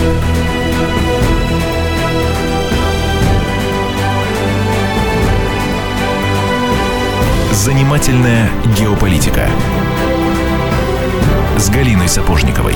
Занимательная геополитика с Галиной Сапожниковой.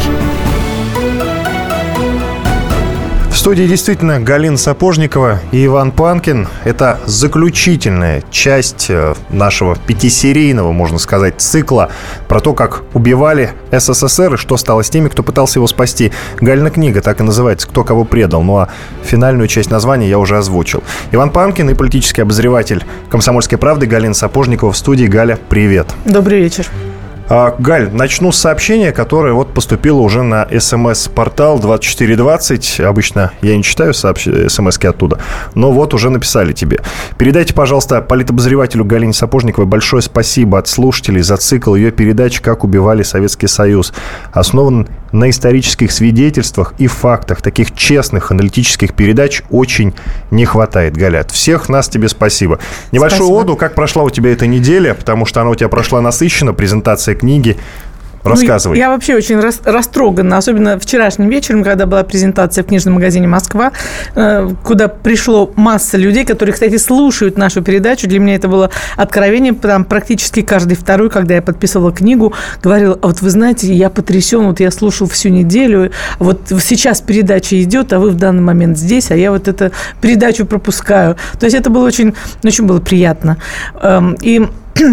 В студии действительно Галина Сапожникова и Иван Панкин. Это заключительная часть нашего пятисерийного, можно сказать, цикла про то, как убивали СССР и что стало с теми, кто пытался его спасти. Галина книга так и называется «Кто кого предал». Ну а финальную часть названия я уже озвучил. Иван Панкин и политический обозреватель «Комсомольской правды» Галина Сапожникова в студии. Галя, привет. Добрый вечер. Галь, начну с сообщения, которое вот поступило уже на СМС-портал 2420. Обычно я не читаю СМСки оттуда, но вот уже написали тебе. Передайте, пожалуйста, политобозревателю Галине Сапожниковой большое спасибо от слушателей за цикл ее передач «Как убивали Советский Союз». Основан на исторических свидетельствах и фактах. Таких честных аналитических передач очень не хватает, Галя. От всех нас тебе спасибо. Небольшую оду, как прошла у тебя эта неделя, потому что она у тебя прошла насыщенно, презентация книги. Рассказывай. Я вообще очень растрогана, особенно вчерашним вечером, когда была презентация в книжном магазине «Москва», куда пришло масса людей, которые, кстати, слушают нашу передачу. Для меня это было откровение. Там практически каждый второй, когда я подписывала книгу, говорил: а вот вы знаете, я потрясен, вот я слушал всю неделю, вот сейчас передача идет, а вы в данный момент здесь, а я вот эту передачу пропускаю. То есть это было очень было приятно. И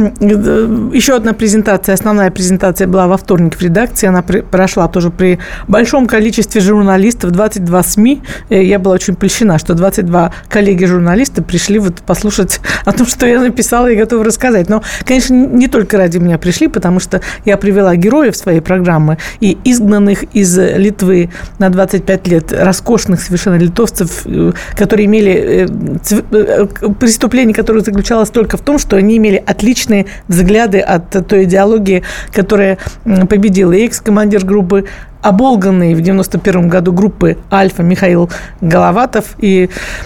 еще одна презентация, основная презентация была во вторник в редакции. Она прошла тоже при большом количестве журналистов, 22 СМИ. Я была очень польщена, что 22 коллеги-журналиста пришли вот послушать о том, что я написала и готова рассказать. Но, конечно, не только ради меня пришли, потому что я привела героев своей программы и изгнанных из Литвы на 25 лет роскошных совершенно литовцев, которые имели преступление, которое заключалось только в том, что они имели отличные взгляды от той идеологии, которая победила. И экс-командир группы оболганный в 91 году группы «Альфа» Михаил Головатов, и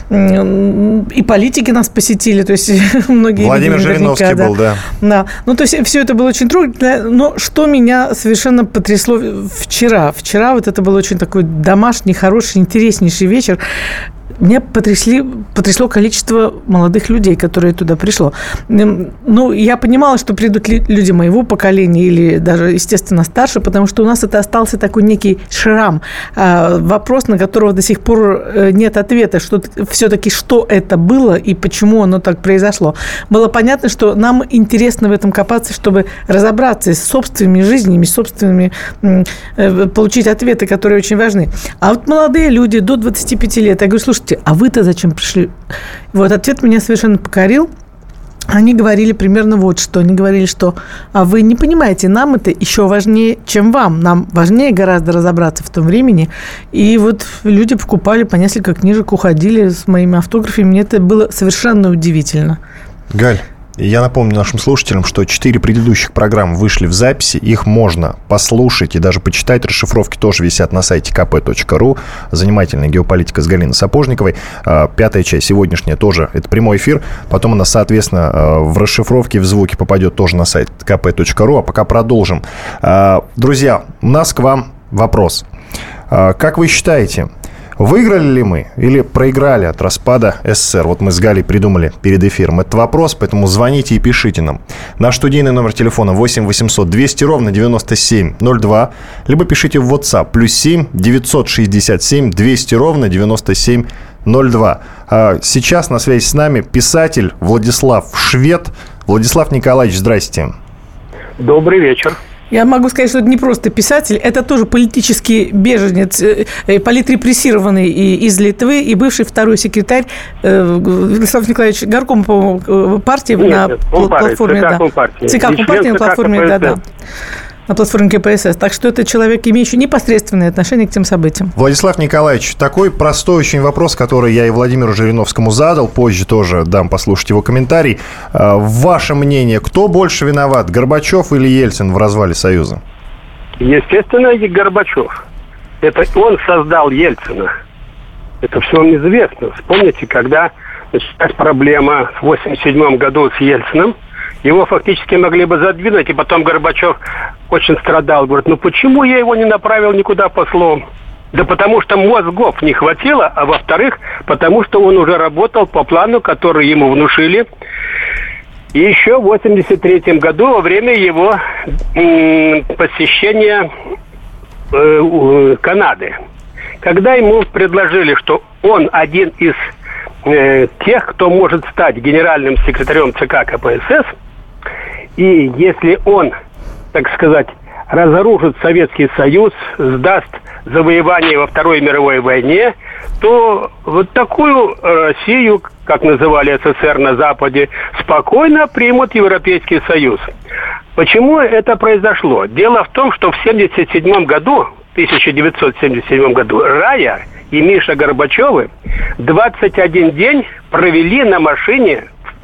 политики нас посетили, то есть многие... Владимир Жириновский был, да. Ну, то есть все это было очень трогательно, но что меня совершенно потрясло вчера. Вчера вот это был очень такой домашний, хороший, интереснейший вечер. Меня потрясло количество молодых людей, которые туда пришло. Ну, я понимала, что придут люди моего поколения или даже, естественно, старше, потому что у нас это остался такой некий шрам. Вопрос, на которого до сих пор нет ответа, что все-таки что это было и почему оно так произошло. Было понятно, что нам интересно в этом копаться, чтобы разобраться с собственными жизнями, собственными, получить ответы, которые очень важны. А вот молодые люди до 25 лет, я говорю: слушайте, а вы-то зачем пришли? Вот ответ меня совершенно покорил. Они говорили примерно вот что. Они говорили, что а вы не понимаете, нам это еще важнее, чем вам. Нам важнее гораздо разобраться в том времени. И вот люди покупали по несколько книжек, уходили с моими автографами. Мне это было совершенно удивительно. Галь, я напомню нашим слушателям, что 4 предыдущих программы вышли в записи. Их можно послушать и даже почитать. Расшифровки тоже висят на сайте kp.ru. Занимательная геополитика с Галиной Сапожниковой. 5-я часть, сегодняшняя, тоже это прямой эфир. Потом она, соответственно, в расшифровке, в звуке попадет тоже на сайт kp.ru. А пока продолжим. Друзья, у нас к вам вопрос. Как вы считаете, выиграли ли мы или проиграли от распада СССР? Вот мы с Галей придумали перед эфиром этот вопрос, поэтому звоните и пишите нам. Наш студийный номер телефона 8 800 200 ровно 9702, либо пишите в WhatsApp +7 967 200 ровно 9702. Сейчас на связи с нами писатель Владислав Швед. Владислав Николаевич, здрасте. Добрый вечер. Я могу сказать, что это не просто писатель, это тоже политический беженец, политрепрессированный из Литвы и бывший второй секретарь Владислав Николаевич горкома по партии на платформе ЦК Компартии на платформе на платформе КПСС. Так что это человек, имеющий непосредственное отношение к тем событиям. Владислав Николаевич, такой простой очень вопрос, который я и Владимиру Жириновскому задал. Позже тоже дам послушать его комментарий. Ваше мнение, кто больше виноват, Горбачев или Ельцин в развале Союза? Естественно, и Горбачев. Это он создал Ельцина. Это всем известно. Вспомните, когда началась проблема в 1987 году с Ельциным, его фактически могли бы задвинуть, и потом Горбачев очень страдал. Говорит, ну почему я его не направил никуда послом? Да потому что мозгов не хватило, а во-вторых, потому что он уже работал по плану, который ему внушили еще в 1983 году во время его посещения Канады. Когда ему предложили, что он один из тех, кто может стать генеральным секретарем ЦК КПСС, и если он, так сказать, разоружит Советский Союз, сдаст завоевание во Второй мировой войне, то вот такую Россию, как называли СССР на Западе, спокойно примут Европейский Союз. Почему это произошло? Дело в том, что в 1977 году Рая и Миша Горбачевы 21 день провели на машине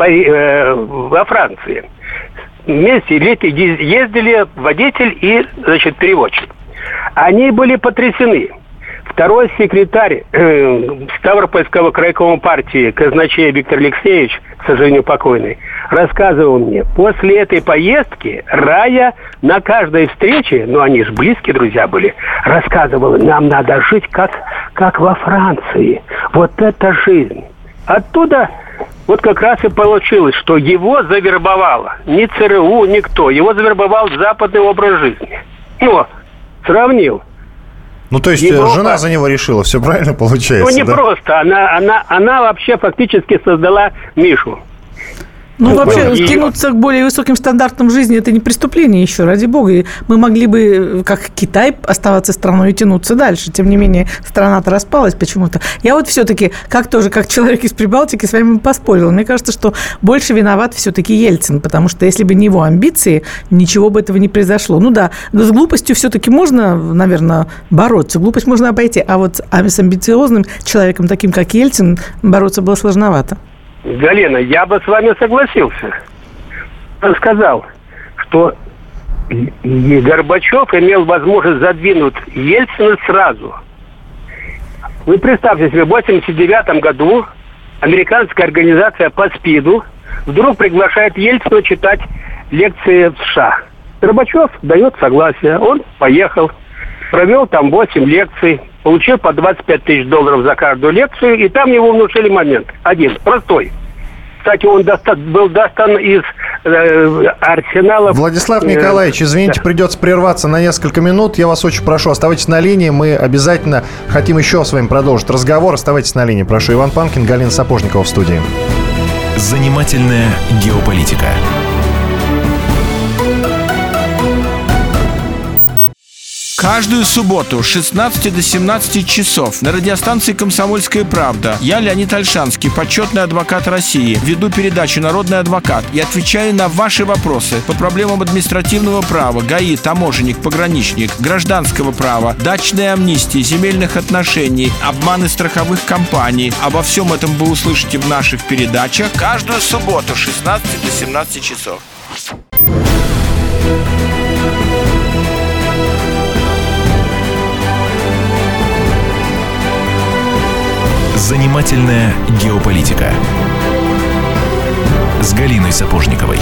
во Франции. Вместе ездили водитель и, переводчик. Они были потрясены. Второй секретарь Ставропольского крайкома партии казначей Виктор Алексеевич, к сожалению, покойный, рассказывал мне, после этой поездки Рая на каждой встрече, они же близкие друзья были, рассказывала, нам надо жить как во Франции. Вот это жизнь. Оттуда вот как раз и получилось, что его завербовало ни ЦРУ, никто. Его завербовал западный образ жизни. Сравнил. То есть жена за него решила, все правильно получается? Не просто. Она вообще фактически создала Мишу. Вообще, стянуться к более высоким стандартам жизни – это не преступление еще, ради бога. И мы могли бы, как Китай, оставаться страной и тянуться дальше. Тем не менее, страна-то распалась почему-то. Я вот все-таки, как человек из Прибалтики, с вами поспорила. Мне кажется, что больше виноват все-таки Ельцин, потому что если бы не его амбиции, ничего бы этого не произошло. С глупостью все-таки можно, наверное, бороться. Глупость можно обойти. А вот с амбициозным человеком, таким как Ельцин, бороться было сложновато. Галина, я бы с вами согласился. Он сказал, что Горбачев имел возможность задвинуть Ельцина сразу. Вы представьте себе, в 1989 году американская организация по СПИДу вдруг приглашает Ельцина читать лекции в США. Горбачев дает согласие. Он поехал, провел там 8 лекций, получил по $25 тысяч за каждую лекцию, и там его внушили момент. Один, простой. Кстати, он был достан из арсенала... Владислав Николаевич, извините, придется прерваться на несколько минут. Я вас очень прошу, оставайтесь на линии. Мы обязательно хотим еще с вами продолжить разговор. Оставайтесь на линии. Прошу. Иван Панкин, Галина Сапожникова в студии. Занимательная геополитика. Каждую субботу с 16 до 17 часов на радиостанции «Комсомольская правда» я, Леонид Ольшанский, почетный адвокат России, веду передачу «Народный адвокат» и отвечаю на ваши вопросы по проблемам административного права, ГАИ, таможенник, пограничник, гражданского права, дачной амнистии, земельных отношений, обманы страховых компаний. Обо всем этом вы услышите в наших передачах каждую субботу с 16 до 17 часов. Занимательная геополитика с Галиной Сапожниковой.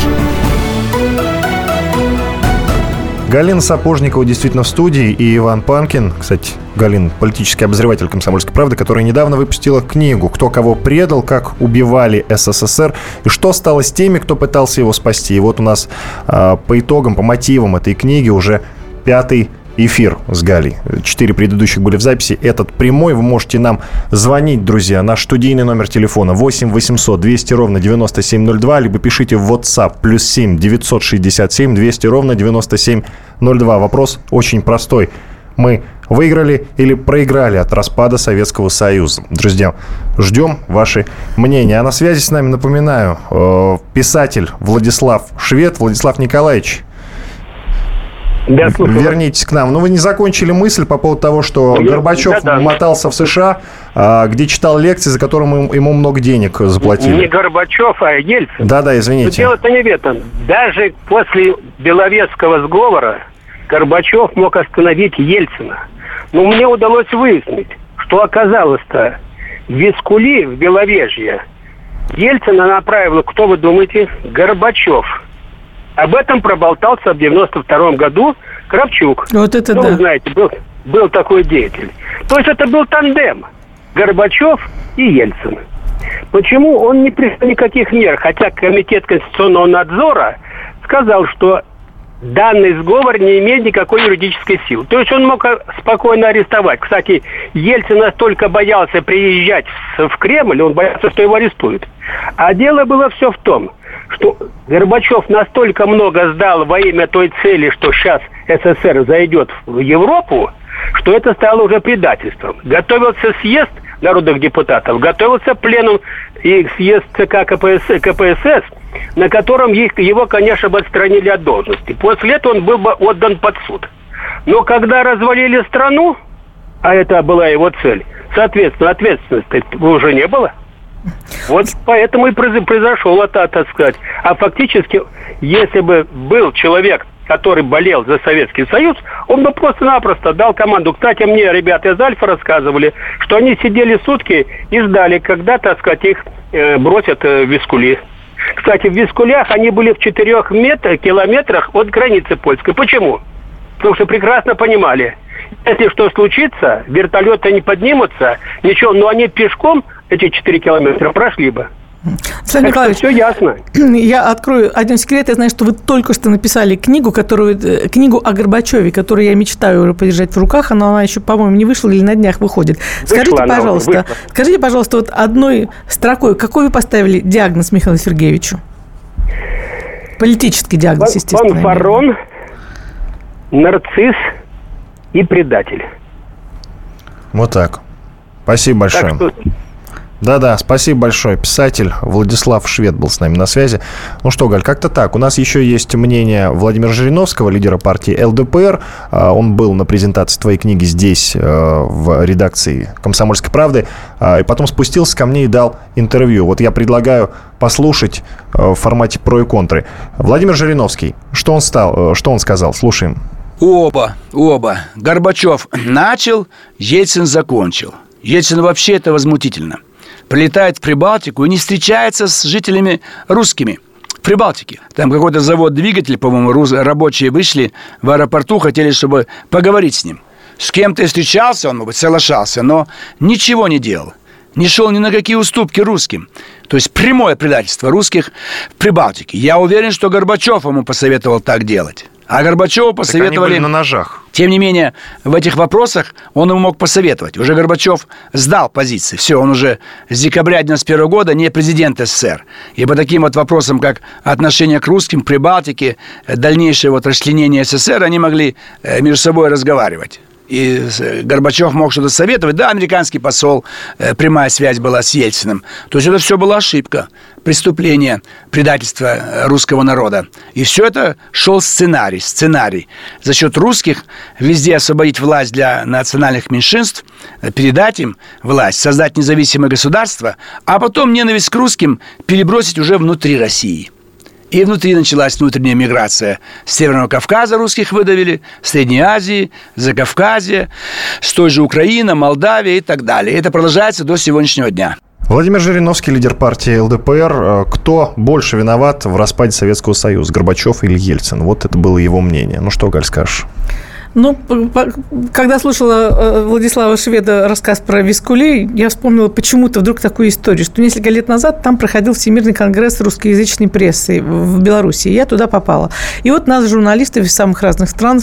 Галина Сапожникова действительно в студии, и Иван Панкин, кстати, Галина, политический обозреватель «Комсомольской правды», которая недавно выпустила книгу «Кто кого предал, как убивали СССР и что стало с теми, кто пытался его спасти». И вот у нас по итогам, по мотивам этой книги уже 5-й эфир с Галей. 4 предыдущих были в записи. Этот прямой. Вы можете нам звонить, друзья. Наш студийный номер телефона 8 800 200 ровно 9702, либо пишите в WhatsApp +7 967 200 ровно 9702. Вопрос очень простой. Мы выиграли или проиграли от распада Советского Союза? Друзья, ждем ваши мнения. А на связи с нами, напоминаю, писатель Владислав Швед. Владислав Николаевич, да, вернитесь к нам. Вы не закончили мысль по поводу того, что Горбачев мотался в США, где читал лекции, за которые ему много денег заплатили. Не Горбачев, а Ельцин. Да, извините. Дело-то не в этом. Даже после Беловежского сговора Горбачев мог остановить Ельцина. Но мне удалось выяснить, что оказалось-то в Вискули, в Беловежье, Ельцина направил, кто вы думаете, Горбачев. Об этом проболтался в 92 году Кравчук. Вот это да. Вы знаете, был такой деятель. То есть это был тандем Горбачев и Ельцин. Почему он не принял никаких мер? Хотя Комитет конституционного надзора сказал, что данный сговор не имеет никакой юридической силы. То есть он мог спокойно арестовать. Кстати, Ельцин настолько боялся приезжать в Кремль, он боялся, что его арестуют. А дело было все в том, что Горбачев настолько много сдал во имя той цели, что сейчас СССР зайдет в Европу, что это стало уже предательством. Готовился съезд народных депутатов, готовился пленум и съезд ЦК КПСС, на котором его, конечно, бы отстранили от должности. После этого он был бы отдан под суд. Но когда развалили страну, а это была его цель, соответственно, ответственности уже не было. Вот поэтому и произошло это, так сказать. А фактически, если бы был человек, который болел за Советский Союз, он бы просто-напросто дал команду. Кстати, мне ребята из Альфа рассказывали, что они сидели сутки и ждали, когда, так сказать, их бросят в Вискули. Кстати, в Вискулях они были в 4 километрах от границы польской. Почему? Потому что прекрасно понимали, если что случится, вертолеты не поднимутся, ничего, но они пешком эти 4 километра прошли бы. Александр Николаевич, все ясно. Я открою один секрет. Я знаю, что вы только что написали книгу о Горбачеве, которую я мечтаю уже подержать в руках. Она еще, по-моему, не вышла или на днях выходит. Скажите, пожалуйста, вот одной строкой, какой вы поставили диагноз Михаилу Сергеевичу? Политический диагноз, естественно. Фанфарон, нарцисс и предатель. Вот так. Спасибо большое. Да-да, спасибо большое. Писатель Владислав Швед был с нами на связи. Ну что, Галь, как-то так. У нас еще есть мнение Владимира Жириновского, лидера партии ЛДПР. Он был на презентации твоей книги здесь, в редакции «Комсомольской правды», и потом спустился ко мне и дал интервью. Вот я предлагаю послушать в формате про и контры. Владимир Жириновский, что он сказал? Слушаем. Оба. Горбачев начал, Ельцин закончил. Ельцин вообще это возмутительно. Прилетает в Прибалтику и не встречается с жителями русскими в Прибалтике. Там какой-то завод-двигатель, по-моему, рабочие вышли в аэропорту, хотели, чтобы поговорить с ним. С кем-то встречался, он, может быть, соглашался, но ничего не делал. Не шел ни на какие уступки русским. То есть прямое предательство русских в Прибалтике. Я уверен, что Горбачев ему посоветовал так делать. А Горбачеву посоветовали... Так они были на ножах. Тем не менее, в этих вопросах он ему мог посоветовать. Уже Горбачев сдал позиции. Все, он уже с декабря 1991 года не президент СССР. И по таким вот вопросам, как отношение к русским в Прибалтике, дальнейшее вот расчленение СССР, они могли между собой разговаривать. И Горбачев мог что-то советовать. Да, американский посол, прямая связь была с Ельциным. То есть это все была ошибка, преступление, предательство русского народа. И все это шел сценарий. За счет русских везде освободить власть для национальных меньшинств, передать им власть, создать независимое государство, а потом ненависть к русским перебросить уже внутри России. И внутри началась внутренняя миграция. С Северного Кавказа русских выдавили, Средней Азии, Закавказья, с той же Украины, Молдавии и так далее. И это продолжается до сегодняшнего дня. Владимир Жириновский, лидер партии ЛДПР. Кто больше виноват в распаде Советского Союза, Горбачев или Ельцин? Вот это было его мнение. Ну что, Галь, скажешь? Ну, когда слушала Владислава Шведа рассказ про Вискули, я вспомнила почему-то вдруг такую историю, что несколько лет назад там проходил Всемирный конгресс русскоязычной прессы в Беларуси, и я туда попала. И вот нас, журналисты из самых разных стран,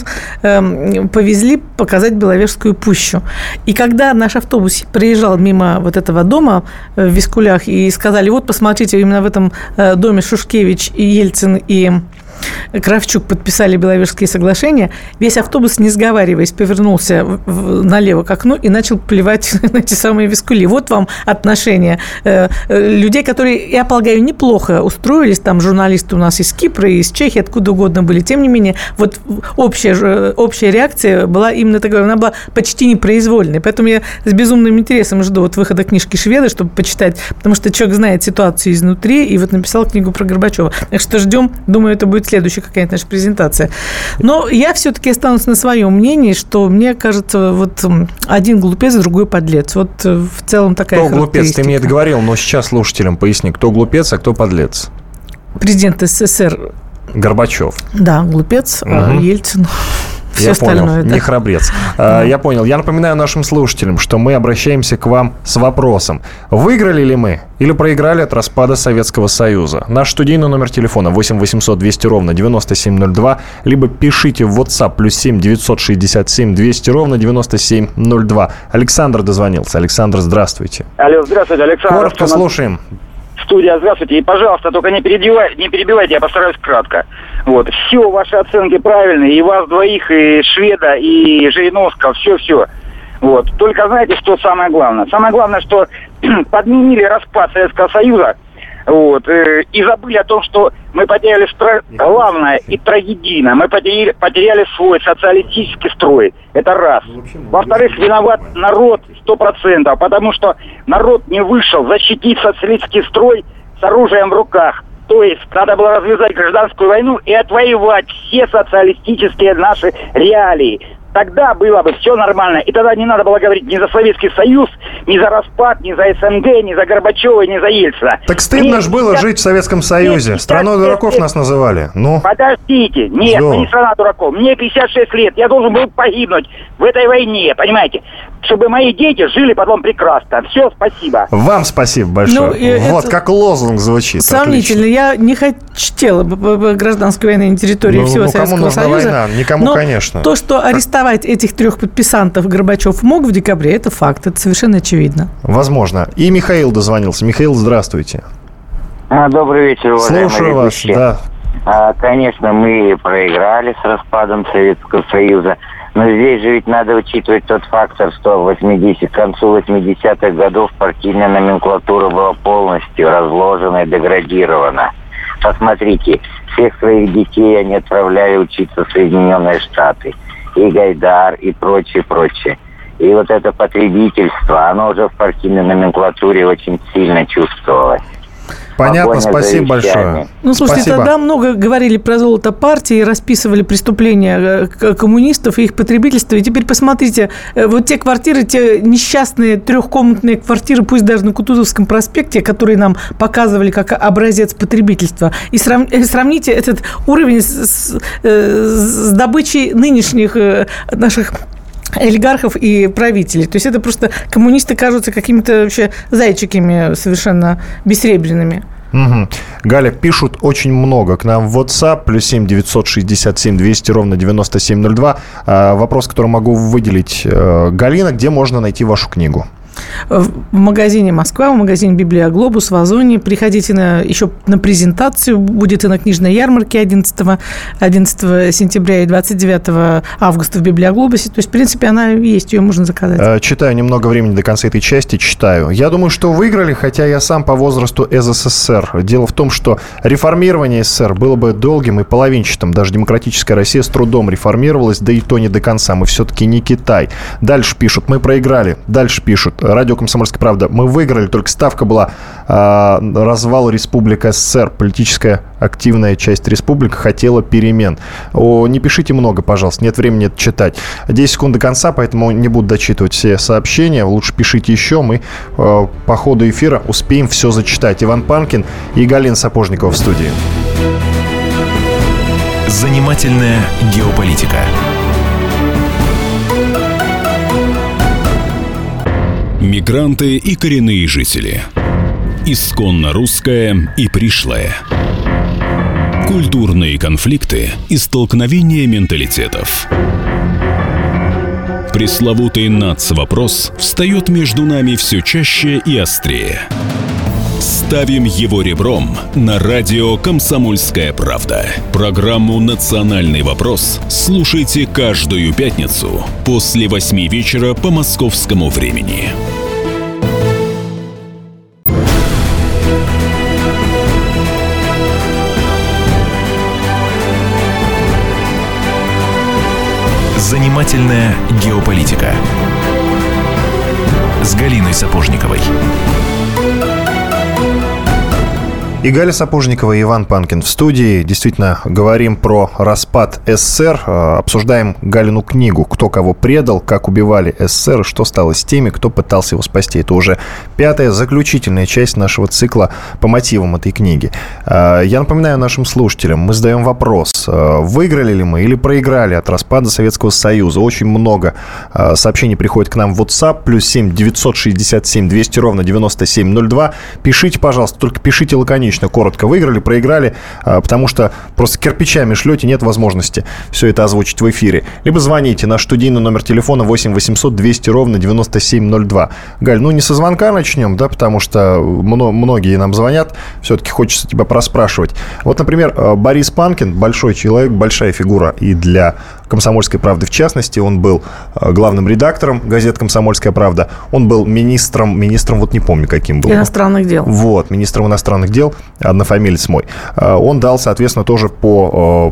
повезли показать Беловежскую пущу. И когда наш автобус проезжал мимо вот этого дома в Вискулях, и сказали, вот, посмотрите, именно в этом доме Шушкевич и Ельцин и Кравчук подписали Беловежские соглашения, весь автобус, не сговариваясь, повернулся налево к окну и начал плевать на эти самые Вискули. Вот вам отношения людей, которые, я полагаю, неплохо устроились. Там журналисты у нас из Кипра, из Чехии, откуда угодно были. Тем не менее, вот общая реакция была именно такая, она была почти непроизвольной. Поэтому я с безумным интересом жду вот выхода книжки Шведа, чтобы почитать, потому что человек знает ситуацию изнутри и вот написал книгу про Горбачева. Так что ждем, думаю, это будет следующая какая-то наша презентация. Но я все-таки останусь на своем мнении, что мне кажется, вот один глупец, другой подлец. Вот в целом такая характеристика. Кто глупец? Ты мне это говорил, но сейчас слушателям поясни, кто глупец, а кто подлец. Президент СССР Горбачев. Да, глупец, а Ельцин все остальное. Понял, не храбрец. Я понял. Я напоминаю нашим слушателям, что мы обращаемся к вам с вопросом. Выиграли ли мы или проиграли от распада Советского Союза? Наш студийный номер телефона 8 800 200 ровно 9702, либо пишите в WhatsApp +7 967 200 ровно 9702. Александр дозвонился. Александр, здравствуйте. Алло, здравствуйте, Александр. Коротко слушаем. Студия, здравствуйте. И, пожалуйста, только не перебивайте, я постараюсь кратко. Вот. Все ваши оценки правильные. И вас двоих, и Шведа, и Жириновского, все. Вот. Только знаете, что самое главное? Самое главное, что подменили распад Советского Союза. Вот, и забыли о том, что мы потеряли главное и трагедийное. Мы потеряли свой социалистический строй. Это раз. Во-вторых, виноват народ 100%, потому что народ не вышел защитить социалистический строй с оружием в руках. То есть надо было развязать гражданскую войну и отвоевать все социалистические наши реалии. Тогда было бы все нормально. И тогда не надо было говорить ни за Советский Союз, ни за распад, ни за СНГ, ни за Горбачева, ни за Ельцина. Так стыдно ж было жить в Советском Союзе. Страной дураков нас называли. Ну. Подождите. Нет, мы не страна дураков. Мне 56 лет. Я должен был погибнуть в этой войне, понимаете? Чтобы мои дети жили потом прекрасно. Все, спасибо. Вам спасибо большое. Вот как лозунг звучит. Сомнительно. Отлично. Я не хотела бы гражданской войны на территории всего Советского Союза. Кому нужна война? Никому, конечно. То, что арестовать этих 3 подписантов Горбачев мог в декабре, это факт. Это совершенно очевидно. Возможно. И Михаил дозвонился. Михаил, здравствуйте. Добрый вечер, уважаемые Слушаю вас, да. Конечно, мы проиграли с распадом Советского Союза. Но здесь же ведь надо учитывать тот фактор, что к концу 80-х годов партийная номенклатура была полностью разложена и деградирована. Посмотрите, всех своих детей они отправляли учиться в Соединенные Штаты. И Гайдар, и прочее. И вот это потребительство, оно уже в партийной номенклатуре очень сильно чувствовалось. Понятно, спасибо большое. Ну, слушайте, спасибо. Тогда много говорили про золото партии, расписывали преступления коммунистов и их потребительства. И теперь посмотрите, вот те квартиры, те несчастные 3-комнатные квартиры, пусть даже на Кутузовском проспекте, которые нам показывали как образец потребительства. И сравните этот уровень с добычей нынешних наших олигархов и правителей. То есть это просто коммунисты кажутся какими-то вообще зайчиками совершенно бессребренными. Угу. Галя, пишут очень много к нам в WhatsApp, +7 967 200 ровно 9702. Вопрос, который могу выделить. Галина, где можно найти вашу книгу? В магазине «Москва», в магазине «Библия Глобус», в Озоне. Приходите еще на презентацию. Будет и на книжной ярмарке 11 сентября и 29 августа в «Библия Глобусе». То есть, в принципе, она есть, ее можно заказать. Читаю немного времени до конца этой части, читаю. Я думаю, что выиграли, хотя я сам по возрасту из СССР. Дело в том, что реформирование СССР было бы долгим и половинчатым. Даже демократическая Россия с трудом реформировалась, да и то не до конца. Мы все-таки не Китай. Дальше пишут, мы проиграли. Дальше пишут, радио «Комсомольская правда». Мы выиграли, только ставка была развал Республика СССР. Политическая активная часть республик хотела перемен. Не пишите много, пожалуйста, нет времени это читать. 10 секунд до конца, поэтому не буду дочитывать все сообщения. Лучше пишите еще, мы по ходу эфира успеем все зачитать. Иван Панкин и Галина Сапожникова в студии. Занимательная геополитика. Мигранты и коренные жители. Исконно русское и пришлое. Культурные конфликты и столкновения менталитетов. Пресловутый нацвопрос встает между нами все чаще и острее. Ставим его ребром на радио «Комсомольская правда». Программу «Национальный вопрос» слушайте каждую пятницу после 8 вечера по московскому времени. Занимательная геополитика с Галиной Сапожниковой. И Галя Сапожникова, и Иван Панкин в студии. Действительно, говорим про распад СССР. Обсуждаем Галину книгу «Кто кого предал», как убивали СССР, что стало с теми, кто пытался его спасти. Это уже 5-я, заключительная часть нашего цикла по мотивам этой книги. Я напоминаю нашим слушателям, мы задаем вопрос, выиграли ли мы или проиграли от распада Советского Союза. Очень много сообщений приходит к нам в WhatsApp, +7 967 200 ровно 9702. Пишите, пожалуйста, только пишите лаконично, коротко, выиграли, проиграли, потому что просто кирпичами шлете, нет возможности все это озвучить в эфире. Либо звоните, наш студийный номер телефона 8 800 200 ровно 9702. Галь, не со звонка начнем, да, потому что многие нам звонят, все-таки хочется тебя проспрашивать. Вот, например, Борис Панкин, большой человек, большая фигура и для «Комсомольской правды» в частности. Он был главным редактором газеты «Комсомольская правда». Он был министром, вот не помню, каким был. Иностранных дел. Вот, министром иностранных дел, однофамилец мой. Он дал, соответственно, тоже по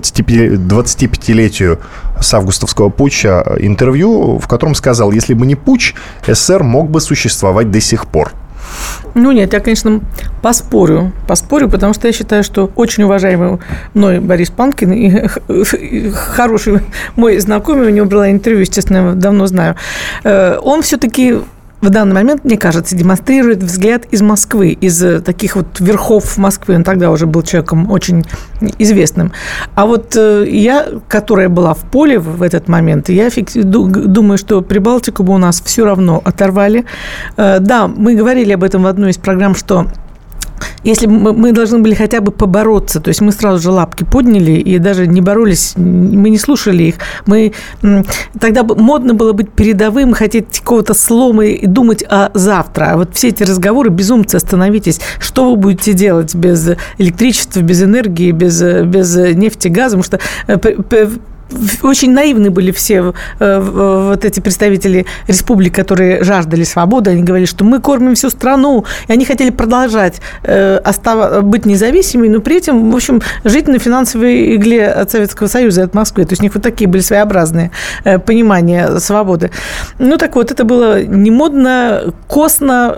25-летию с августовского путча интервью, в котором сказал, если бы не путч, СССР мог бы существовать до сих пор. Нет, я, конечно, поспорю, потому что я считаю, что очень уважаемый мной Борис Панкин и хороший мой знакомый, у него было интервью, естественно, я его давно знаю, он все-таки в данный момент, мне кажется, демонстрирует взгляд из Москвы, из таких вот верхов Москвы. Он тогда уже был человеком очень известным. А вот я, которая была в поле в этот момент, я думаю, что Прибалтику бы у нас все равно оторвали. Да, мы говорили об этом в одной из программ, что если мы должны были хотя бы побороться, то есть мы сразу же лапки подняли и даже не боролись, мы не слушали их. Тогда модно было быть передовым, хотеть какого-то слома и думать о завтра. А вот все эти разговоры, безумцы, остановитесь. Что вы будете делать без электричества, без энергии, без нефти, газа? Потому что очень наивны были все вот эти представители республик, которые жаждали свободы. Они говорили, что мы кормим всю страну. И они хотели продолжать быть независимыми, но при этом, в общем, жить на финансовой игле от Советского Союза и от Москвы. То есть у них вот такие были своеобразные понимания свободы. Так вот, это было не модно, косно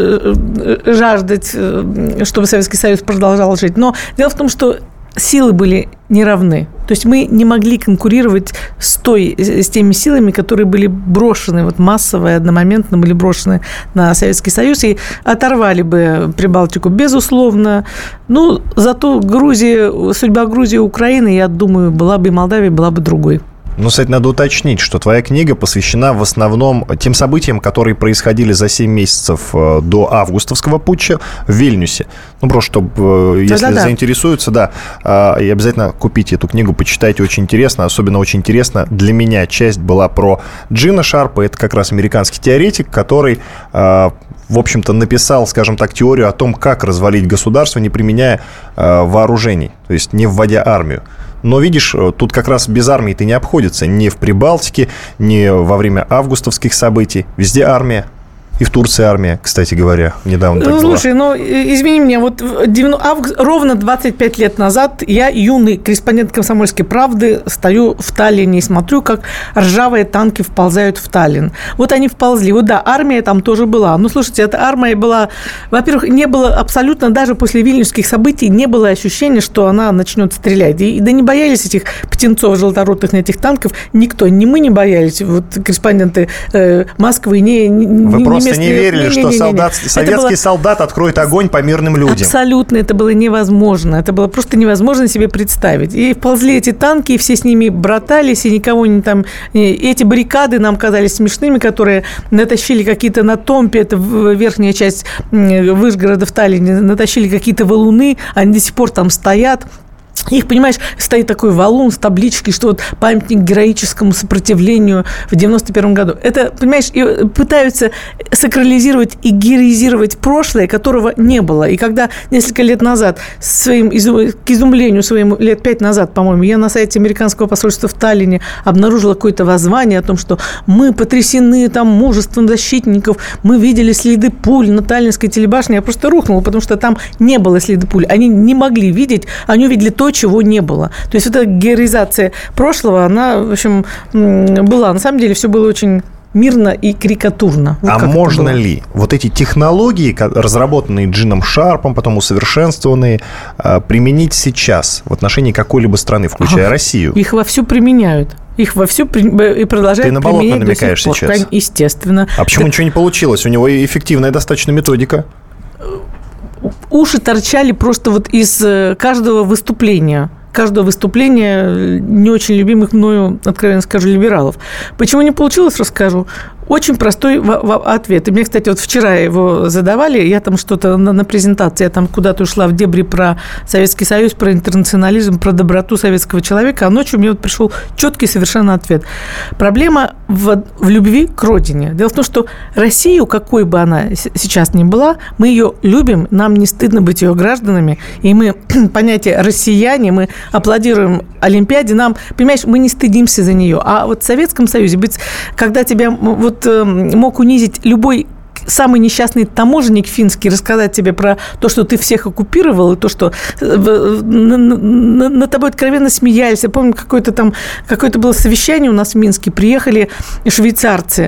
жаждать, чтобы Советский Союз продолжал жить. Но дело в том, что силы были неравны. То есть мы не могли конкурировать с теми силами, которые были брошены, массово и одномоментно были брошены на Советский Союз и оторвали бы Прибалтику, безусловно. Зато судьба Грузии и Украины, я думаю, была бы и Молдавия, была бы другой. Кстати, надо уточнить, что твоя книга посвящена в основном тем событиям, которые происходили за 7 месяцев до августовского путча в Вильнюсе. Просто чтобы, если заинтересуются, и обязательно купите эту книгу, почитайте, очень интересно. Особенно очень интересно для меня часть была про Джина Шарпа. Это как раз американский теоретик, который, в общем-то, написал, скажем так, теорию о том, как развалить государство, не применяя вооружений, то есть не вводя армию. Но, видишь, тут как раз без армии-то не обходится. Ни в Прибалтике, ни во время августовских событий. Везде армия. И в Турции армия, кстати говоря, недавно так была. Слушай, извини меня, ровно 25 лет назад я, юный корреспондент «Комсомольской правды», стою в Таллине и смотрю, как ржавые танки вползают в Таллин. Они вползли. Армия там тоже была. Слушайте, эта армия была... Во-первых, не было абсолютно, даже после вильнюсских событий, не было ощущения, что она начнет стрелять. Да не боялись этих птенцов желторотых на этих танков никто. Ни мы не боялись, корреспонденты Москвы, Вы просто не верили, что советский солдат откроет огонь по мирным людям. Абсолютно, это было невозможно. Это было просто невозможно себе представить. И вползли эти танки, и все с ними братались, и никого не там... И эти баррикады нам казались смешными, которые натащили какие-то на Томпе, это верхняя часть Вышгорода в Таллине, натащили какие-то валуны, они до сих пор там стоят. Их, понимаешь, стоит такой валун с табличкой, что памятник героическому сопротивлению в 91 году. Это, понимаешь, пытаются сакрализировать и героизировать прошлое, которого не было. И когда несколько лет назад, к изумлению своему, лет 5 назад, по-моему, я на сайте американского посольства в Таллине обнаружила какое-то воззвание о том, что мы потрясены мужеством защитников, мы видели следы пуль на Таллинской телебашне. Я просто рухнула, потому что там не было следа пуль. Они не могли видеть, они увидели то, чего не было. То есть эта героизация прошлого, она, в общем, была. На самом деле все было очень мирно и карикатурно. Вот можно ли вот эти технологии, разработанные Джином Шарпом, потом усовершенствованные, применить сейчас в отношении какой-либо страны, включая Россию? Их вовсю применяют. Их вовсю и продолжают применять. Ты на Болотного намекаешь сейчас? Естественно. А почему ничего не получилось? У него эффективная достаточно методика. Уши торчали просто вот из каждого выступления не очень любимых мною, откровенно скажу, либералов. Почему не получилось, расскажу. Очень простой ответ. И мне, кстати, вот вчера его задавали, я там что-то на презентации, я там куда-то ушла в дебри про Советский Союз, про интернационализм, про доброту советского человека, а ночью мне вот пришел четкий совершенно ответ. Проблема в любви к родине. Дело в том, что Россию, какой бы она сейчас ни была, мы ее любим, нам не стыдно быть ее гражданами, и мы, понятие «россияне», мы аплодируем Олимпиаде, нам, понимаешь, мы не стыдимся за нее. А вот в Советском Союзе, когда тебя мог унизить любой самый несчастный таможенник финский, рассказать тебе про то, что ты всех оккупировал, и то, что над тобой откровенно смеялись. Я помню, какое-то было совещание у нас в Минске, приехали швейцарцы.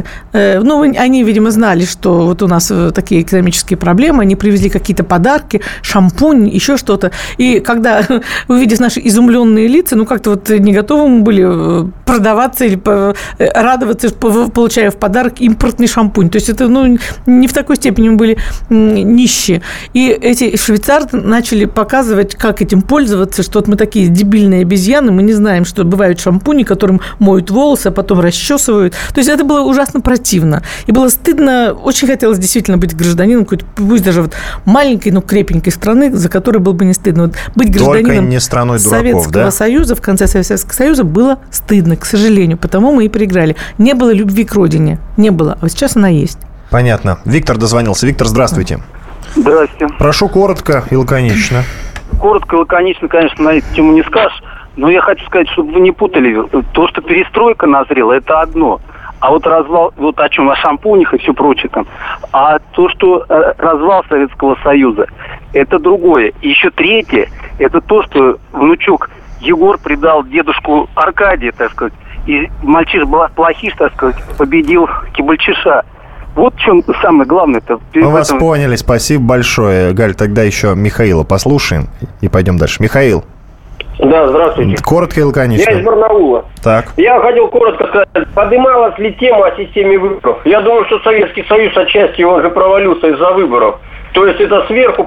Они, видимо, знали, что вот у нас такие экономические проблемы, они привезли какие-то подарки, шампунь, еще что-то. И когда, увидев наши изумленные лица, как-то вот не готовы мы были продаваться или радоваться, получая в подарок импортный шампунь. То есть это, не в такой степени мы были нищие. И эти швейцарцы начали показывать, как этим пользоваться, что вот мы такие дебильные обезьяны, мы не знаем, что бывают шампуни, которым моют волосы, а потом расчесывают. То есть это было ужасно противно. И было стыдно, очень хотелось действительно быть гражданином какой-то, пусть даже вот маленькой, но крепенькой страны, за которой было бы не стыдно. Вот быть гражданином не страной дураков, Советского Союза, в конце Советского Союза было стыдно, к сожалению, потому мы и проиграли. Не было любви к родине, не было, а сейчас она есть. Понятно. Виктор дозвонился. Виктор, здравствуйте. Здравствуйте. Прошу коротко и лаконично. Коротко и лаконично, конечно, на эту тему не скажешь, но я хочу сказать, чтобы вы не путали. То, что перестройка назрела, это одно. А вот развал, вот о чем, о шампунях и все прочее там. А то, что развал Советского Союза, это другое. И еще третье, это то, что внучок Егор предал дедушку Аркадия, так сказать, и мальчиш-плохиш, так сказать, победил Кибальчиша. Вот в чем самое главное-то. Мы вас поняли, спасибо большое. Галь, тогда еще Михаила послушаем и пойдем дальше. Михаил. Да, здравствуйте. Коротко и лаконично. Я из Барнаула. Так. Я хотел коротко сказать, поднималась ли тема о системе выборов? Я думаю, что Советский Союз отчасти он же провалился из-за выборов. То есть это сверху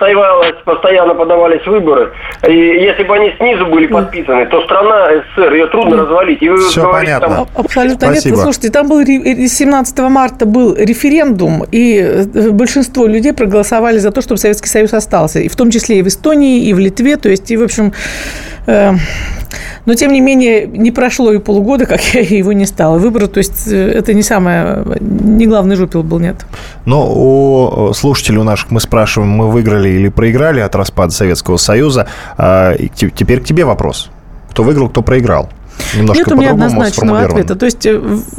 постоянно подавались выборы. И если бы они снизу были подписаны, то страна СССР, ее трудно развалить. И вы все говорите, понятно. Абсолютно нет. Слушайте, там был 17 марта был референдум, и большинство людей проголосовали за то, чтобы Советский Союз остался. И в том числе и в Эстонии, и в Литве. То есть, и, в общем... Но, тем не менее, не прошло и полугода, как я его не стала. Выборы, то есть, это не главный жупел был, нет. Но у слушателей у наших мы спрашиваем, мы выиграли или проиграли от распада Советского Союза. Теперь к тебе вопрос. Кто выиграл, кто проиграл? Немножко нет у меня однозначного ответа. То есть,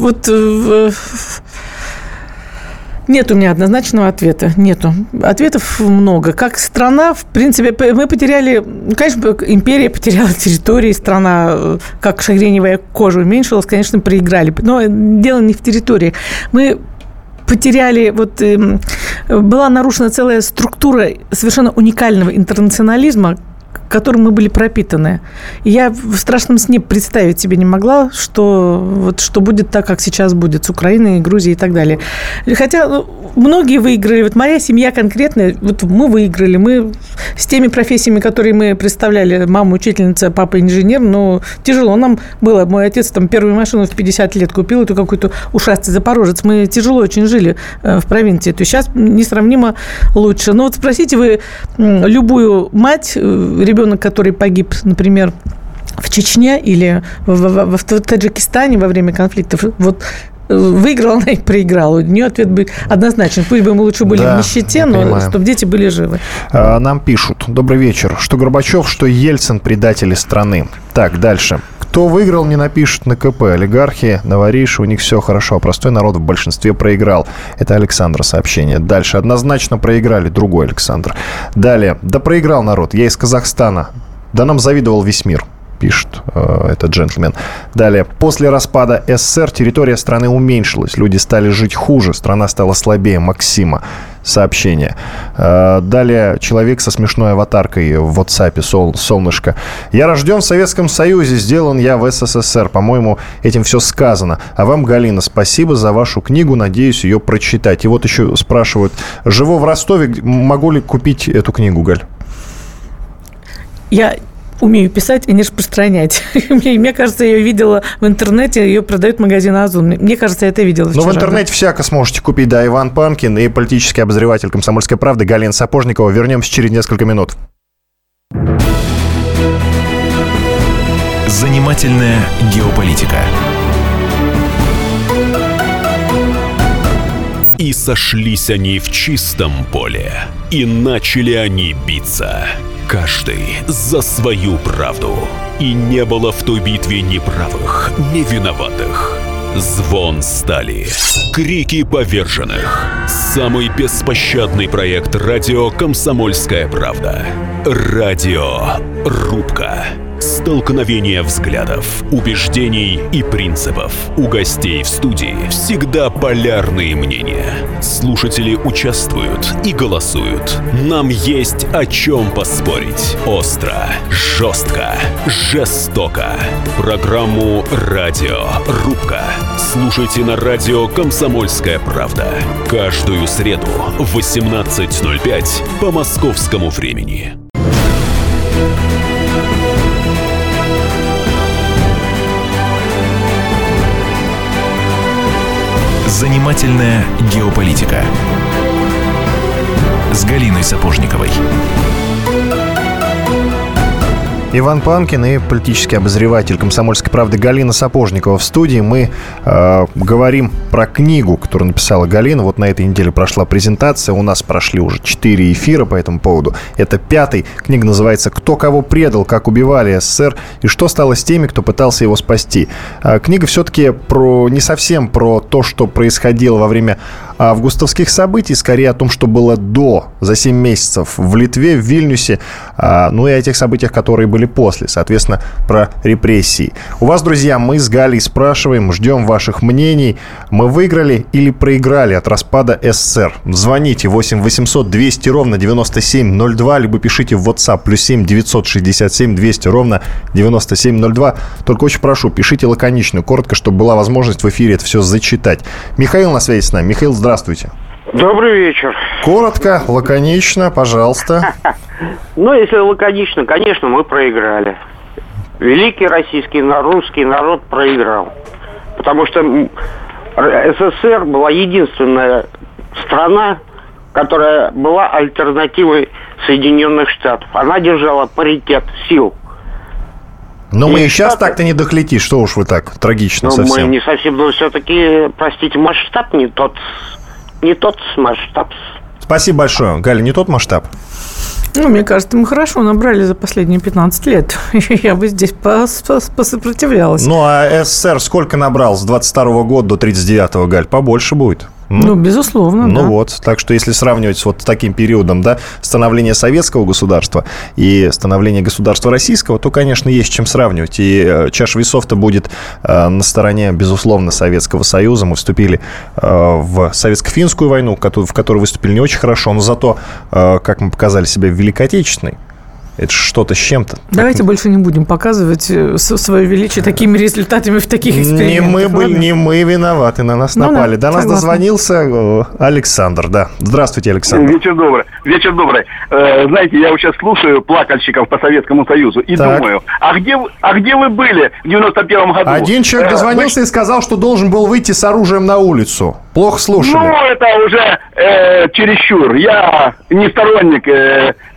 нет у меня однозначного ответа. Нету. Ответов много. Как страна, в принципе, мы потеряли... Конечно, империя потеряла территории, страна, как шагреневая кожа, уменьшилась, конечно, проиграли. Но дело не в территории. Мы потеряли... была нарушена целая структура совершенно уникального интернационализма, которым мы были пропитаны. И я в страшном сне представить себе не могла, что будет так, как сейчас будет с Украиной, Грузией и так далее. Хотя многие выиграли. Вот моя семья конкретно, мы выиграли. Мы с теми профессиями, которые мы представляли, мама учительница, папа инженер, но тяжело нам было. Мой отец там первую машину в 50 лет купил, эту какой-то ушастый запорожец. Мы тяжело очень жили в провинции. То есть сейчас несравнимо лучше. Но спросите вы любую мать, ребенок, который погиб, например, в Чечне или в Таджикистане во время конфликтов, выиграла она и проиграла. У нее ответ будет однозначен. Пусть бы мы лучше были в нищете, но чтобы дети были живы. Нам пишут. Добрый вечер. Что Горбачев, что Ельцин предатели страны. Так, дальше. Кто выиграл, не напишут на КП. Олигархи, новориши, у них все хорошо. А простой народ в большинстве проиграл. Это Александра сообщение. Дальше. Однозначно проиграли. Другой Александр. Далее. Да проиграл народ. Я из Казахстана. Да нам завидовал весь мир. пишет этот джентльмен. Далее. После распада СССР территория страны уменьшилась. Люди стали жить хуже. Страна стала слабее. Максима. Сообщение. Далее. Человек со смешной аватаркой в WhatsApp. Солнышко. Я рожден в Советском Союзе. Сделан я в СССР. По-моему, этим все сказано. А вам, Галина, спасибо за вашу книгу. Надеюсь ее прочитать. И вот еще спрашивают. Живу в Ростове. Могу ли купить эту книгу, Галь? Я умею писать и не распространять. Мне кажется, я ее видела в интернете, ее продают магазин «Озон». Мне кажется, я это видела вчера. Ну, в интернете всяко сможете купить, да, Иван Панкин и политический обозреватель «Комсомольской правды» Галина Сапожникова. Вернемся через несколько минут. Занимательная геополитика. И сошлись они в чистом поле, и начали они биться. Каждый за свою правду. И не было в той битве ни правых, ни виноватых. Звон стали, крики поверженных. Самый беспощадный проект радио «Комсомольская правда». Радиорубка. Столкновение взглядов, убеждений и принципов. У гостей в студии всегда полярные мнения. Слушатели участвуют и голосуют. Нам есть о чем поспорить. Остро, жестко, жестоко. Программу «Радиорубка» слушайте на радио «Комсомольская правда». Каждую среду в 18:05 по московскому времени. Занимательная геополитика с Галиной Сапожниковой. Иван Панкин и политический обозреватель «Комсомольской правды» Галина Сапожникова в студии. Мы говорим про книгу, которую написала Галина. Вот на этой неделе прошла презентация. У нас прошли уже 4 эфира по этому поводу. Это 5-й. Книга называется «Кто кого предал, как убивали СССР и что стало с теми, кто пытался его спасти». Книга все-таки не совсем про то, что происходило во время августовских событий, скорее о том, что было за 7 месяцев в Литве, в Вильнюсе, ну и о тех событиях, которые были после, соответственно, про репрессии. У вас, друзья, мы с Галей спрашиваем, ждем ваших мнений. Мы выиграли или проиграли от распада СССР? Звоните 8 800 200 ровно 9702, либо пишите в WhatsApp +7 967 200 ровно 9702. Только очень прошу, пишите лаконично, коротко, чтобы была возможность в эфире это все зачитать. Михаил на связи с нами. Михаил, здравствуйте. Добрый вечер. Коротко, лаконично, пожалуйста. Ну, если лаконично, конечно, мы проиграли. Великий русский народ проиграл. Потому что СССР была единственная страна, которая была альтернативой Соединенных Штатов. Она держала паритет сил. Но мы и сейчас так-то не дохлетишь, что уж вы так трагично совсем. Мы не совсем, но все-таки, простите, масштаб не тот масштаб. Спасибо большое. Галя, не тот масштаб? Ну, мне кажется, мы хорошо набрали за последние 15 лет. Я бы здесь посопротивлялась. Ну, а СССР сколько набрал с 22 года до 39-го, Галь? Побольше будет. Ну, безусловно, ну да. Вот, так что если сравнивать с вот таким периодом, да, становления советского государства и становления государства российского, то, конечно, есть чем сравнивать. И чаша весов-то будет на стороне, безусловно, Советского Союза. Мы вступили в Советско-финскую войну, в которой выступили не очень хорошо, но зато, как мы показали себя в Великой Отечественной, это что-то с чем-то. Давайте больше не будем показывать свое величие такими результатами в таких экспериментах. Не мы виноваты, на нас напали. До нас дозвонился Александр, да. Здравствуйте, Александр. Вечер добрый. Знаете, я сейчас слушаю плакальщиков по Советскому Союзу и думаю, а где вы были в 91-м году? Один человек дозвонился и сказал, что должен был выйти с оружием на улицу. Плохо слушали. Ну, это уже чересчур. Я не сторонник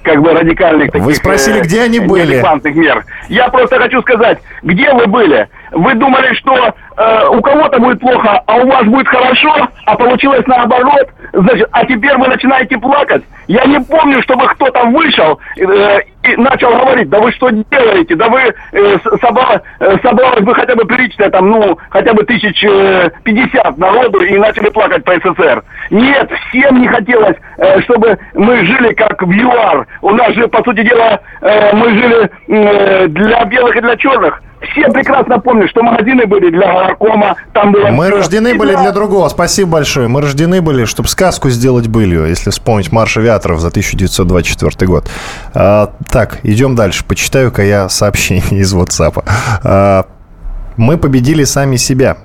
радикальных таких... Вы спросили, где они были? Мер. Я просто хочу сказать, где вы были? вы думали, что у кого-то будет плохо, а у вас будет хорошо, а получилось наоборот, значит, а теперь вы начинаете плакать. Я не помню, чтобы кто-то вышел и начал говорить: да вы что делаете, да вы собралось бы хотя бы приличное, там, ну, хотя бы 1050 народу, и начали плакать по СССР. Нет, всем не хотелось, чтобы мы жили как в ЮАР. У нас же, по сути дела, мы жили для белых и для черных. Все прекрасно помнят, что магазины были для горкома, там было... Мы рождены были для другого. Спасибо большое. Мы рождены были, чтобы сказку сделать былью, если вспомнить «Марш авиаторов» за 1924 год. Так, идем дальше. Почитаю-ка я сообщение из WhatsApp. Мы победили сами себя,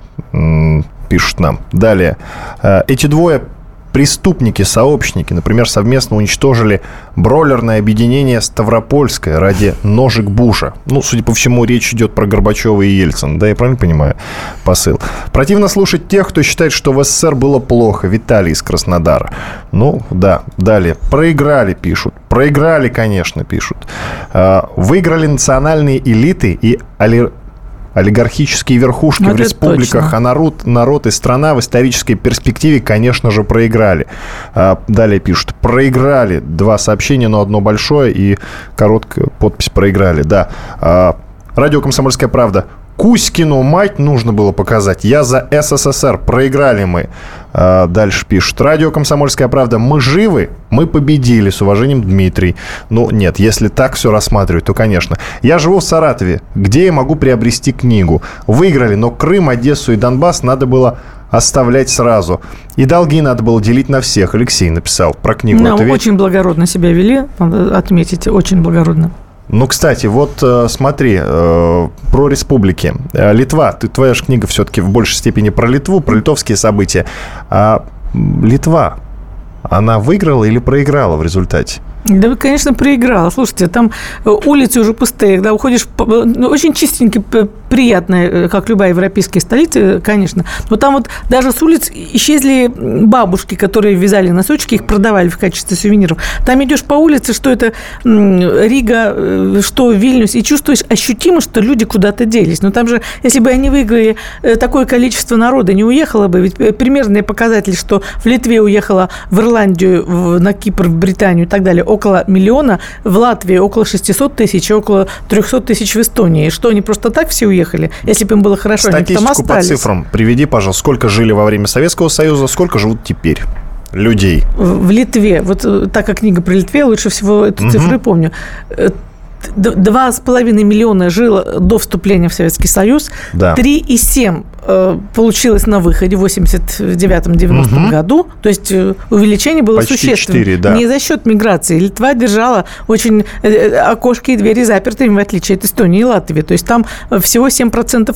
пишут нам. Далее. Эти двое преступники, сообщники, например, совместно уничтожили бройлерное объединение Ставропольское ради ножек Буша. Ну, судя по всему, речь идет про Горбачева и Ельцина. Да, я правильно понимаю посыл? Противно слушать тех, кто считает, что в СССР было плохо. Виталий из Краснодара. Ну, да. Далее. Проиграли, пишут. Проиграли, конечно, пишут. Выиграли национальные элиты и олигархические верхушки в республиках, а народ и страна в исторической перспективе, конечно же, проиграли. Далее пишут: проиграли. 2 сообщения, но одно большое и короткая подпись «проиграли». Да. Радио «Комсомольская правда». Кузькину мать нужно было показать. Я за СССР. Проиграли мы. Дальше пишут. Радио «Комсомольская правда». Мы живы, мы победили. С уважением, Дмитрий. Ну, нет, если так все рассматривать, то, конечно. Я живу в Саратове, где я могу приобрести книгу. Выиграли, но Крым, Одессу и Донбасс надо было оставлять сразу. И долги надо было делить на всех. Алексей написал про книгу. Да, очень благородно себя вели, надо отметить, очень благородно. Ну, кстати, вот смотри, про республики. Литва, твоя же книга все-таки в большей степени про Литву, про литовские события. А Литва, она выиграла или проиграла в результате? Да, конечно, проиграла. Слушайте, там улицы уже пустые, когда уходишь, очень чистенькие, приятные, как любая европейская столица, конечно. Но там вот даже с улиц исчезли бабушки, которые вязали носочки, их продавали в качестве сувениров. Там идешь по улице, что это Рига, что Вильнюс, и чувствуешь ощутимо, что люди куда-то делись. Но там же, если бы они выиграли, такое количество народа не уехало бы. Ведь примерные показатели, что в Литве уехало в Ирландию, на Кипр, в Британию и так далее, около миллиона, в Латвии около 600 тысяч, около 300 тысяч в Эстонии. Что, они просто так все уехали? Если бы им было хорошо, они там остались. Статистику по цифрам приведи, пожалуйста. Сколько жили во время Советского Союза, сколько живут теперь людей? В Литве, вот так как книга про Литве, лучше всего эту цифру помню. 2,5 миллиона жило до вступления в Советский Союз, да. 3,7 получилось на выходе в 89-90 году. То есть увеличение было почти существенным. 4, да. Не за счет миграции. Литва держала очень окошки и двери запертыми, в отличие от Эстонии и Латвии. То есть там всего 7%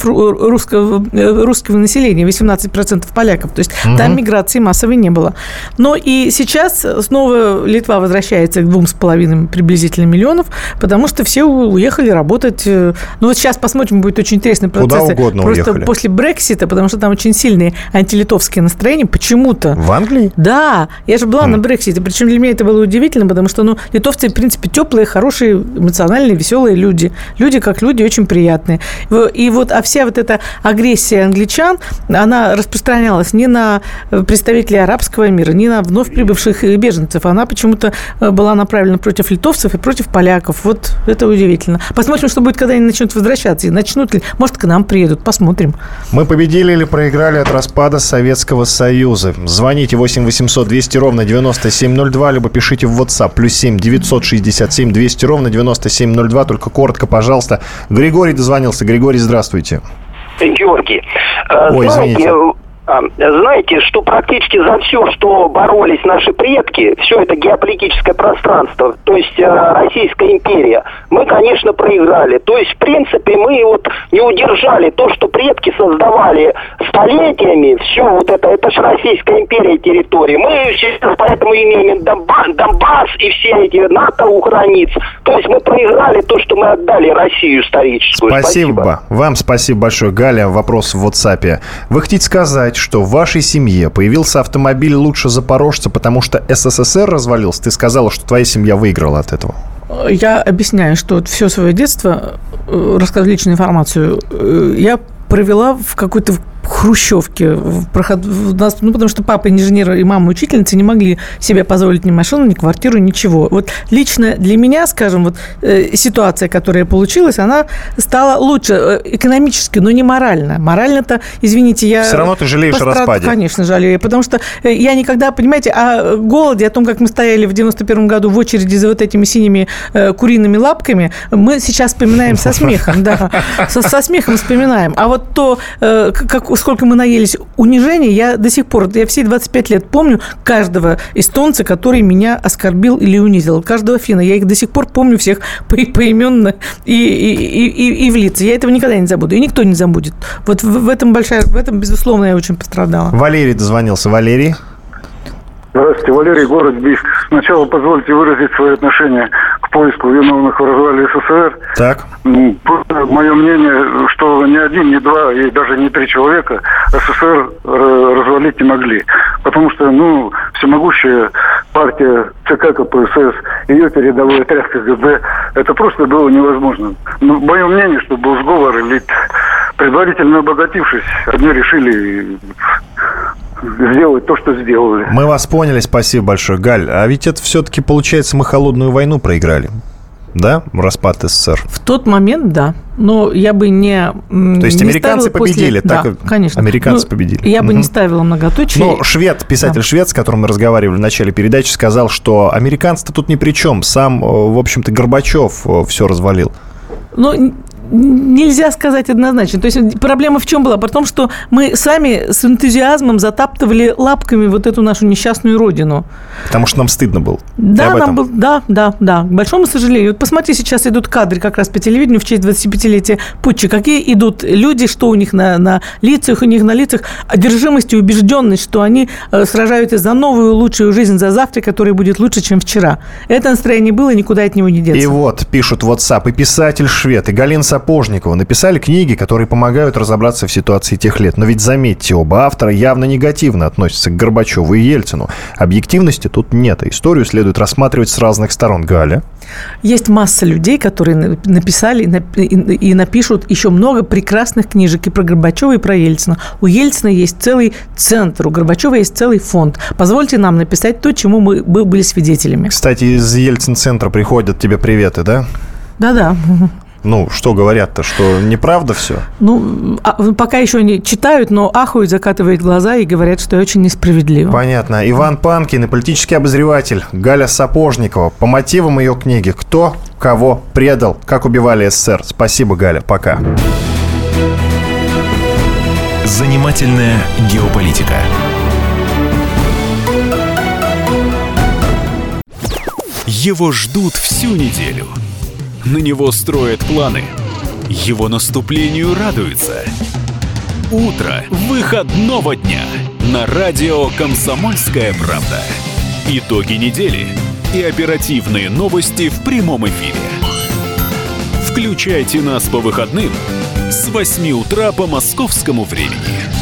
русского населения, 18% поляков. То есть там миграции массовой не было. Но и сейчас снова Литва возвращается к 2,5 приблизительно миллионов, потому что все уехали работать. Ну вот сейчас посмотрим, будет очень интересный процесс. Куда угодно просто уехали. После Брексита, потому что там очень сильные антилитовские настроения почему-то. В Англии? Да. Я же была на Брексите. Причем для меня это было удивительно, потому что, литовцы, в принципе, теплые, хорошие, эмоциональные, веселые люди. Люди как люди, очень приятные. И вот, вся вот эта агрессия англичан, она распространялась не на представителей арабского мира, не на вновь прибывших беженцев. Она почему-то была направлена против литовцев и против поляков. Вот это удивительно. Посмотрим, что будет, когда они начнут возвращаться. И начнут ли, может, к нам приедут. Посмотрим. Мы победили или проиграли от распада Советского Союза? Звоните 8 800 200 ровно 9702, либо пишите в WhatsApp +7 967 200 ровно 9702. Только коротко, пожалуйста. Григорий дозвонился. Григорий, здравствуйте. Георгий. Ой, извините. Знаете, что практически за все, что боролись наши предки, все это геополитическое пространство, то есть Российская империя, мы, конечно, проиграли. То есть, в принципе, мы вот не удержали то, что предки создавали столетиями, все вот это же Российская империя территории. Мы сейчас поэтому имеем Донбасс и все эти НАТО у границ. То есть мы проиграли то, что мы отдали Россию историческую. Спасибо. Вам спасибо большое. Галя, вопрос в WhatsApp. Вы хотите сказать, что в вашей семье появился автомобиль лучше запорожца, потому что СССР развалился? Ты сказала, что твоя семья выиграла от этого. Я объясняю, что все свое детство, рассказываю личную информацию, я провела в какой-то хрущевке. Потому что папа инженер и мама учительница не могли себе позволить ни машину, ни квартиру, ничего. Вот лично для меня, скажем, вот ситуация, которая получилась, она стала лучше экономически, но не морально. Морально-то, извините, я... Все равно ты жалеешь о распаде. Конечно, жалею. Потому что я никогда, понимаете, о голоде, о том, как мы стояли в 91 году в очереди за вот этими синими куриными лапками, мы сейчас вспоминаем со смехом. Да, со смехом вспоминаем. А вот то, сколько мы наелись унижений, я до сих пор, я все 25 лет помню каждого эстонца, который меня оскорбил или унизил. Каждого финна. Я их до сих пор помню всех поименно и в лица. Я этого никогда не забуду. И никто не забудет. Вот в этом, безусловно, я очень пострадала. Валерий дозвонился. Валерий? Здравствуйте, Валерий, город Бийск. Сначала позвольте выразить свое отношение к поиску виновных в развале СССР. Так. Мое мнение, что ни один, ни два и даже не три человека СССР развалить не могли. Потому что, всемогущая партия ЦК КПСС, ее передовой отряд КГБ, это просто было невозможно. Мое мнение, что был сговор, ведь предварительно обогатившись, одни решили сделать то, что сделали. Мы вас поняли, спасибо большое. Галь, а ведь это все-таки, получается, мы холодную войну проиграли. Да? Распад СССР. В тот момент, да. Но я бы не... То есть американцы победили? Да, конечно. Американцы победили. Я бы не ставила многоточие. Но писатель швед, с которым мы разговаривали в начале передачи, сказал, что американцы-то тут ни при чем. Сам, в общем-то, Горбачев все развалил. Нельзя сказать однозначно. То есть проблема в чем была? Потому что мы сами с энтузиазмом затаптывали лапками вот эту нашу несчастную родину. Потому что нам стыдно было. Да, к большому сожалению. Вот посмотри, сейчас идут кадры как раз по телевидению в честь 25-летия путча. Какие идут люди, что у них на лицах, одержимость и убежденность, что они сражаются за новую, лучшую жизнь, за завтра, которая будет лучше, чем вчера. Это настроение было, и никуда от него не деться. И вот, пишут в WhatsApp, и писатель швед, и Галина Сапожникова написали книги, которые помогают разобраться в ситуации тех лет. Но ведь, заметьте, оба автора явно негативно относятся к Горбачеву и Ельцину. Объективности тут нет. Историю следует рассматривать с разных сторон. Галя? Есть масса людей, которые написали и напишут еще много прекрасных книжек и про Горбачева, и про Ельцина. У Ельцина есть целый центр, у Горбачева есть целый фонд. Позвольте нам написать то, чему мы были свидетелями. Кстати, из Ельцин-центра приходят тебе приветы, да? Да-да. Что говорят-то, что неправда все? Пока еще не читают, но ахают, закатывают глаза и говорят, что очень несправедливо. Понятно. Иван Панкин и политический обозреватель Галя Сапожникова. По мотивам ее книги «Кто кого предал? Как убивали СССР». Спасибо, Галя. Пока. Занимательная геополитика. Его ждут всю неделю. На него строят планы. Его наступлению радуются. Утро выходного дня на радио «Комсомольская правда». Итоги недели и оперативные новости в прямом эфире. Включайте нас по выходным с 8 утра по московскому времени.